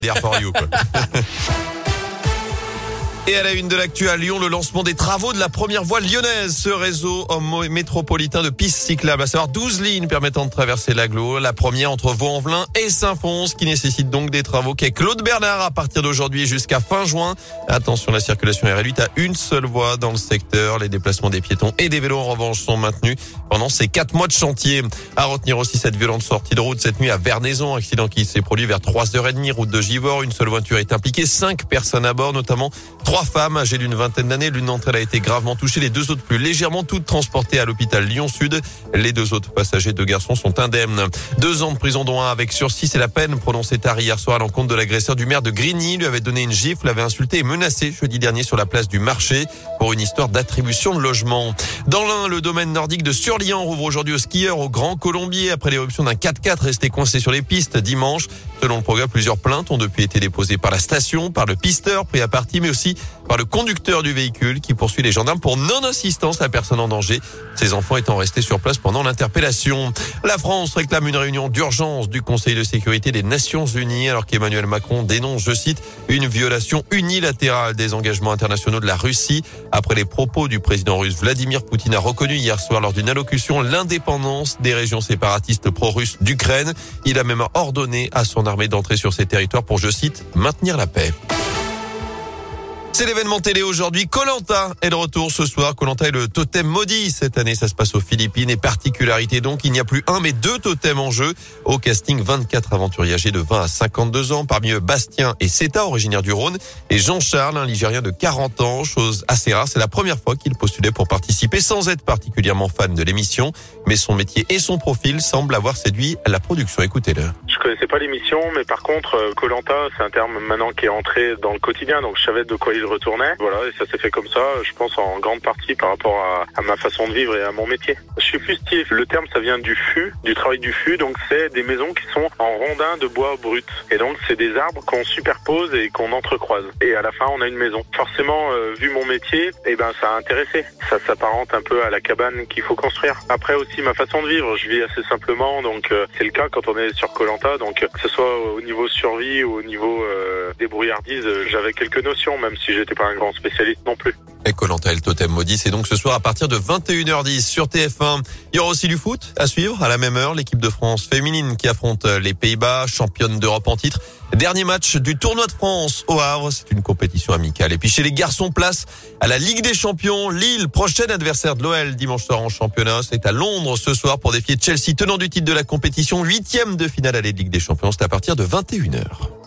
There for you, quoi. Et à la une de l'actu à Lyon, le lancement des travaux de la première voie lyonnaise. Ce réseau métropolitain de pistes cyclables, à savoir 12 lignes permettant de traverser l'agglo. La première entre Vaux-en-Velin et Saint-Fons, qui nécessite donc des travaux qu'est Claude Bernard à partir d'aujourd'hui jusqu'à fin juin. Attention, la circulation est réduite à une seule voie dans le secteur. Les déplacements des piétons et des vélos, en revanche, sont maintenus pendant ces 4 mois de chantier. À retenir aussi cette violente sortie de route cette nuit à Vernaison. Accident qui s'est produit vers 3h30, route de Givors. Une seule voiture est impliquée, 5 personnes à bord, notamment 3 femmes âgées d'une vingtaine d'années. L'une d'entre elles a été gravement touchée, les 2 autres plus légèrement, toutes transportées à l'hôpital Lyon-Sud. Les 2 autres passagers, 2 garçons, sont indemnes. 2 ans de prison dont 1 avec sursis, c'est la peine prononcée tard hier soir à l'encontre de l'agresseur du maire de Grigny. Lui avait donné une gifle, l'avait insulté et menacé jeudi dernier sur la place du marché pour une histoire d'attribution de logement. Dans l'Ain, le domaine nordique de Surlian rouvre aujourd'hui aux skieurs au Grand Colombier après l'éruption d'un 4x4 resté coincé sur les pistes dimanche. Selon le progrès, plusieurs plaintes ont depuis été déposées par la station, par le pisteur pris à partie, mais aussi par le conducteur du véhicule qui poursuit les gendarmes pour non-assistance à personne en danger. Ses enfants étant restés sur place pendant l'interpellation. La France réclame une réunion d'urgence du Conseil de sécurité des Nations Unies alors qu'Emmanuel Macron dénonce, je cite, une violation unilatérale des engagements internationaux de la Russie. Après les propos du président russe, Vladimir Poutine a reconnu hier soir lors d'une allocution l'indépendance des régions séparatistes pro-russes d'Ukraine. Il a même ordonné à son armée d'entrer sur ces territoires pour, je cite, maintenir la paix. C'est l'événement télé aujourd'hui. Koh-Lanta est de retour ce soir. Koh-Lanta est le totem maudit. Cette année, ça se passe aux Philippines. Et particularité donc, il n'y a plus 1 mais 2 totems en jeu. Au casting, 24 aventuriers âgés de 20 à 52 ans. Parmi eux, Bastien et Seta, originaires du Rhône. Et Jean-Charles, un Ligérien de 40 ans. Chose assez rare, c'est la première fois qu'il postulait pour participer sans être particulièrement fan de l'émission. Mais son métier et son profil semblent avoir séduit la production. Écoutez-le. Je connaissais pas l'émission, mais par contre, Koh-Lanta, c'est un terme maintenant qui est entré dans le quotidien. Donc je savais de quoi il retournait. Voilà, et ça s'est fait comme ça, je pense en grande partie par rapport à ma façon de vivre et à mon métier. Je suis fustier. Le terme, ça vient du fût, du travail du fût. Donc c'est des maisons qui sont en rondins de bois brut. Et donc c'est des arbres qu'on superpose et qu'on entrecroise. Et à la fin, on a une maison. Forcément, vu mon métier, ça a intéressé. Ça s'apparente un peu à la cabane qu'il faut construire. Après aussi ma façon de vivre, je vis assez simplement. Donc c'est le cas quand on est sur Koh-Lanta. Donc que ce soit au niveau survie ou au niveau débrouillardise, j'avais quelques notions, même si j'étais pas un grand spécialiste non plus. Et Koh-Lanta et le totem maudit, c'est donc ce soir à partir de 21h10 sur TF1. Il y aura aussi du foot à suivre à la même heure. L'équipe de France féminine qui affronte les Pays-Bas, championne d'Europe en titre. Dernier match du tournoi de France au Havre. C'est une compétition amicale. Et puis chez les garçons, place à la Ligue des Champions. Lille, prochain adversaire de l'OL dimanche soir en championnat. C'est à Londres ce soir pour défier Chelsea, tenant du titre de la compétition. 8e de finale à la Ligue des Champions. C'est à partir de 21h.